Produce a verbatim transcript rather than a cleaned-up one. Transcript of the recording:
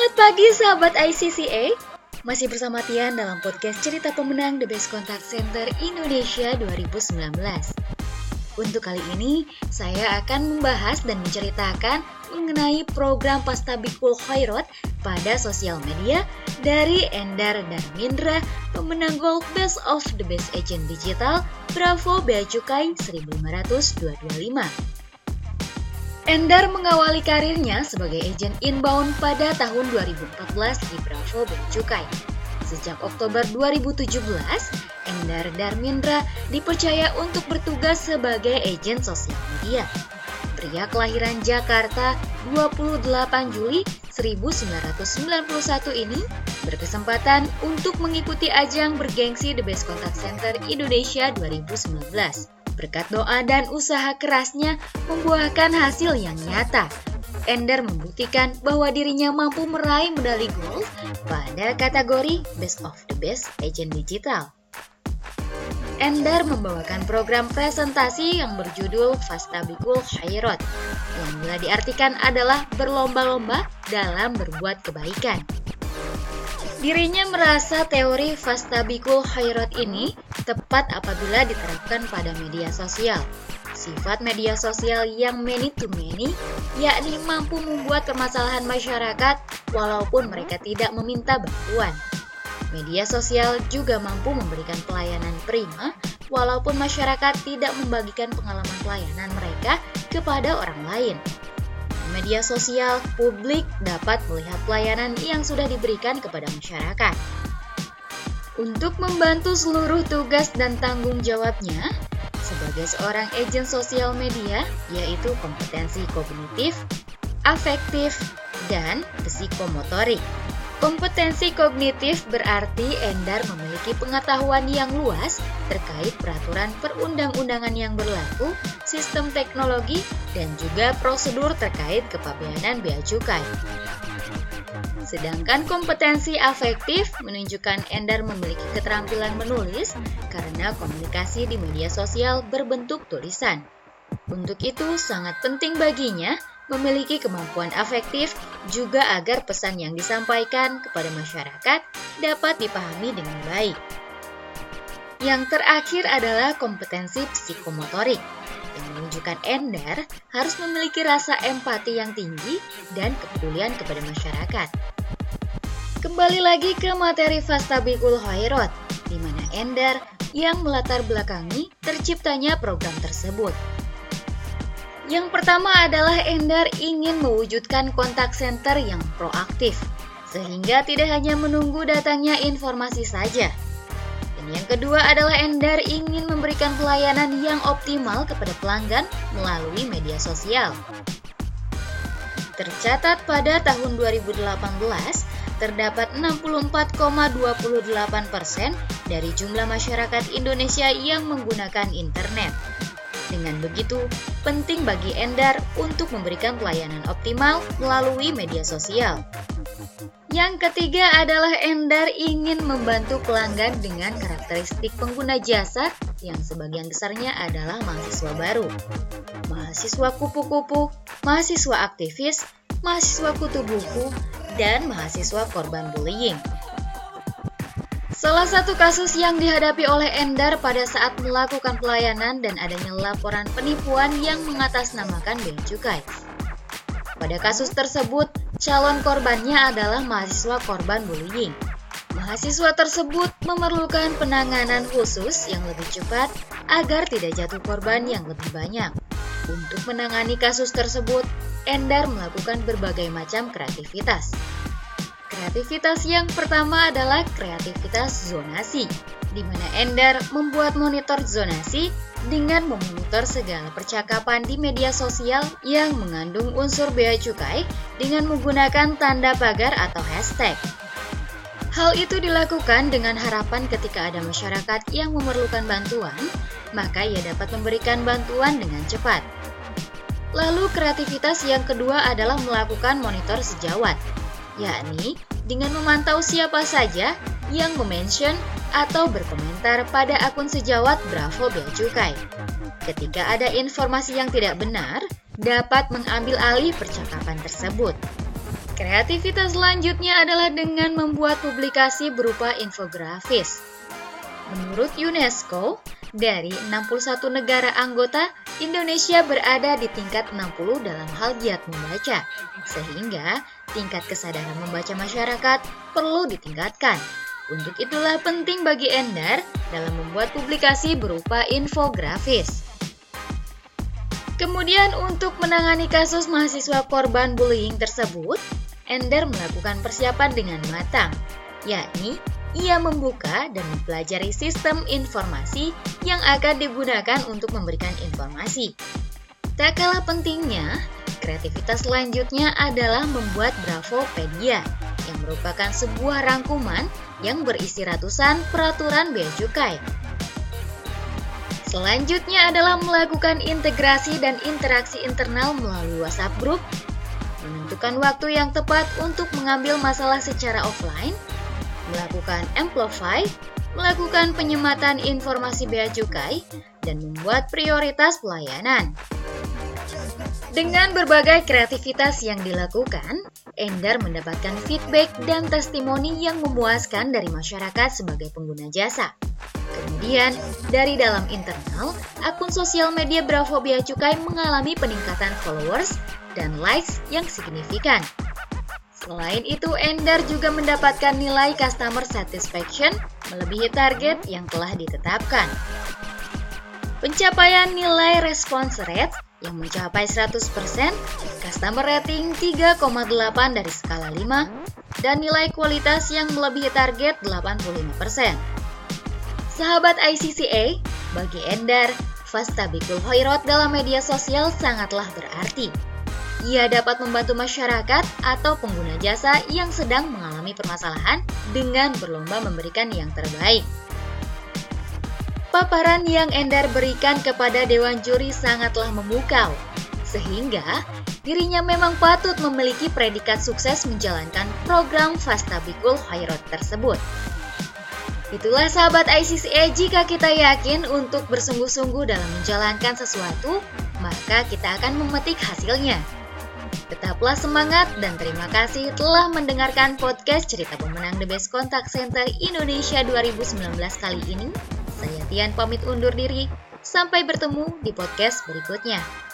Selamat pagi sahabat I C C A. Masih bersama Tian dalam podcast cerita pemenang The Best Contact Center Indonesia dua ribu sembilan belas. Untuk kali ini, saya akan membahas dan menceritakan mengenai program Pastabikul Khairat pada sosial media dari Endar Darmindra, pemenang Gold Best of the Best Agent Digital Bravo Bea Cukai seribu lima ratus dua puluh lima. Endar mengawali karirnya sebagai agen inbound pada tahun dua ribu empat belas di Bravo Bea Cukai. Sejak Oktober dua ribu tujuh belas, Endar Darmindra dipercaya untuk bertugas sebagai agen sosial media. Pria kelahiran Jakarta dua puluh delapan Juli seribu sembilan ratus sembilan puluh satu ini berkesempatan untuk mengikuti ajang bergengsi The Best Contact Center Indonesia dua ribu sembilan belas. Berkat doa dan usaha kerasnya membuahkan hasil yang nyata. Endar membuktikan bahwa dirinya mampu meraih medali gold pada kategori Best of the Best Agent Digital. Endar membawakan program presentasi yang berjudul Pastabikul Khairat, yang bila diartikan adalah berlomba-lomba dalam berbuat kebaikan. Dirinya merasa teori Pastabikul Khairat ini tepat apabila diterapkan pada media sosial. Sifat media sosial yang many to many, yakni mampu membuat permasalahan masyarakat walaupun mereka tidak meminta bantuan. Media sosial juga mampu memberikan pelayanan prima walaupun masyarakat tidak membagikan pengalaman pelayanan mereka kepada orang lain. Media sosial, publik dapat melihat pelayanan yang sudah diberikan kepada masyarakat. Untuk membantu seluruh tugas dan tanggung jawabnya, sebagai seorang agen sosial media, yaitu kompetensi kognitif, afektif, dan psikomotorik. Kompetensi kognitif berarti Endar memiliki pengetahuan yang luas terkait peraturan perundang-undangan yang berlaku, sistem teknologi, dan juga prosedur terkait kepabeanan bea cukai. Sedangkan kompetensi afektif menunjukkan Endar memiliki keterampilan menulis karena komunikasi di media sosial berbentuk tulisan. Untuk itu sangat penting baginya memiliki kemampuan afektif juga agar pesan yang disampaikan kepada masyarakat dapat dipahami dengan baik. Yang terakhir adalah kompetensi psikomotorik, yang menunjukkan Endar harus memiliki rasa empati yang tinggi dan kepedulian kepada masyarakat. Kembali lagi ke materi Pastabikul Khairat, di mana Endar yang melatar belakangi terciptanya program tersebut. Yang pertama adalah Endar ingin mewujudkan kontak center yang proaktif, sehingga tidak hanya menunggu datangnya informasi saja. Dan yang kedua adalah Endar ingin memberikan pelayanan yang optimal kepada pelanggan melalui media sosial. Tercatat pada tahun dua ribu delapan belas, terdapat enam puluh empat koma dua delapan persen dari jumlah masyarakat Indonesia yang menggunakan internet. Dengan begitu, penting bagi Endar untuk memberikan pelayanan optimal melalui media sosial. Yang ketiga adalah Endar ingin membantu pelanggan dengan karakteristik pengguna jasa yang sebagian besarnya adalah mahasiswa baru, mahasiswa kupu-kupu, mahasiswa aktivis, mahasiswa kutu buku, dan mahasiswa korban bullying. Salah satu kasus yang dihadapi oleh Endar pada saat melakukan pelayanan dan adanya laporan penipuan yang mengatasnamakan bea cukai. Pada kasus tersebut, calon korbannya adalah mahasiswa korban bullying. Mahasiswa tersebut memerlukan penanganan khusus yang lebih cepat agar tidak jatuh korban yang lebih banyak. Untuk menangani kasus tersebut, Endar melakukan berbagai macam kreativitas. Kreativitas yang pertama adalah kreativitas zonasi, di mana Endar membuat monitor zonasi dengan memonitor segala percakapan di media sosial yang mengandung unsur bea cukai dengan menggunakan tanda pagar atau hashtag. Hal itu dilakukan dengan harapan ketika ada masyarakat yang memerlukan bantuan, maka ia dapat memberikan bantuan dengan cepat. Lalu kreativitas yang kedua adalah melakukan monitor sejawat, yakni dengan memantau siapa saja yang memention atau berkomentar pada akun sejawat Bravo Bea Cukai. Ketika ada informasi yang tidak benar, dapat mengambil alih percakapan tersebut. Kreativitas selanjutnya adalah dengan membuat publikasi berupa infografis. Menurut UNESCO, dari enam puluh satu negara anggota, Indonesia berada di tingkat enam puluh dalam hal giat membaca, sehingga tingkat kesadaran membaca masyarakat perlu ditingkatkan. Untuk itulah penting bagi Endar dalam membuat publikasi berupa infografis. Kemudian untuk menangani kasus mahasiswa korban bullying tersebut, Endar melakukan persiapan dengan matang, yakni ia membuka dan mempelajari sistem informasi yang akan digunakan untuk memberikan informasi. Tak kalah pentingnya, kreativitas selanjutnya adalah membuat Bravopedia, yang merupakan sebuah rangkuman yang berisi ratusan peraturan bea cukai. Selanjutnya adalah melakukan integrasi dan interaksi internal melalui WhatsApp Group, menentukan waktu yang tepat untuk mengambil masalah secara offline, melakukan amplify, melakukan penyematan informasi bea cukai, dan membuat prioritas pelayanan. Dengan berbagai kreativitas yang dilakukan, Endar mendapatkan feedback dan testimoni yang memuaskan dari masyarakat sebagai pengguna jasa. Kemudian, dari dalam internal, akun sosial media Bravo Bea Cukai mengalami peningkatan followers dan likes yang signifikan. Selain itu, Endar juga mendapatkan nilai customer satisfaction melebihi target yang telah ditetapkan. Pencapaian nilai response rate yang mencapai seratus persen, customer rating tiga koma delapan dari skala lima, dan nilai kualitas yang melebihi target delapan puluh lima persen. Sahabat I C C A, bagi Endar, Fastabikul Khairat dalam media sosial sangatlah berarti. Ia dapat membantu masyarakat atau pengguna jasa yang sedang mengalami permasalahan dengan berlomba memberikan yang terbaik. Paparan yang Endar berikan kepada Dewan Juri sangatlah memukau, sehingga dirinya memang patut memiliki predikat sukses menjalankan program Fastabikul Khairat tersebut. Itulah sahabat I C C A, jika kita yakin untuk bersungguh-sungguh dalam menjalankan sesuatu, maka kita akan memetik hasilnya. Tetaplah semangat dan terima kasih telah mendengarkan podcast Cerita Pemenang The Best Contact Center Indonesia dua ribu sembilan belas kali ini. Saya Tian pamit undur diri, sampai bertemu di podcast berikutnya.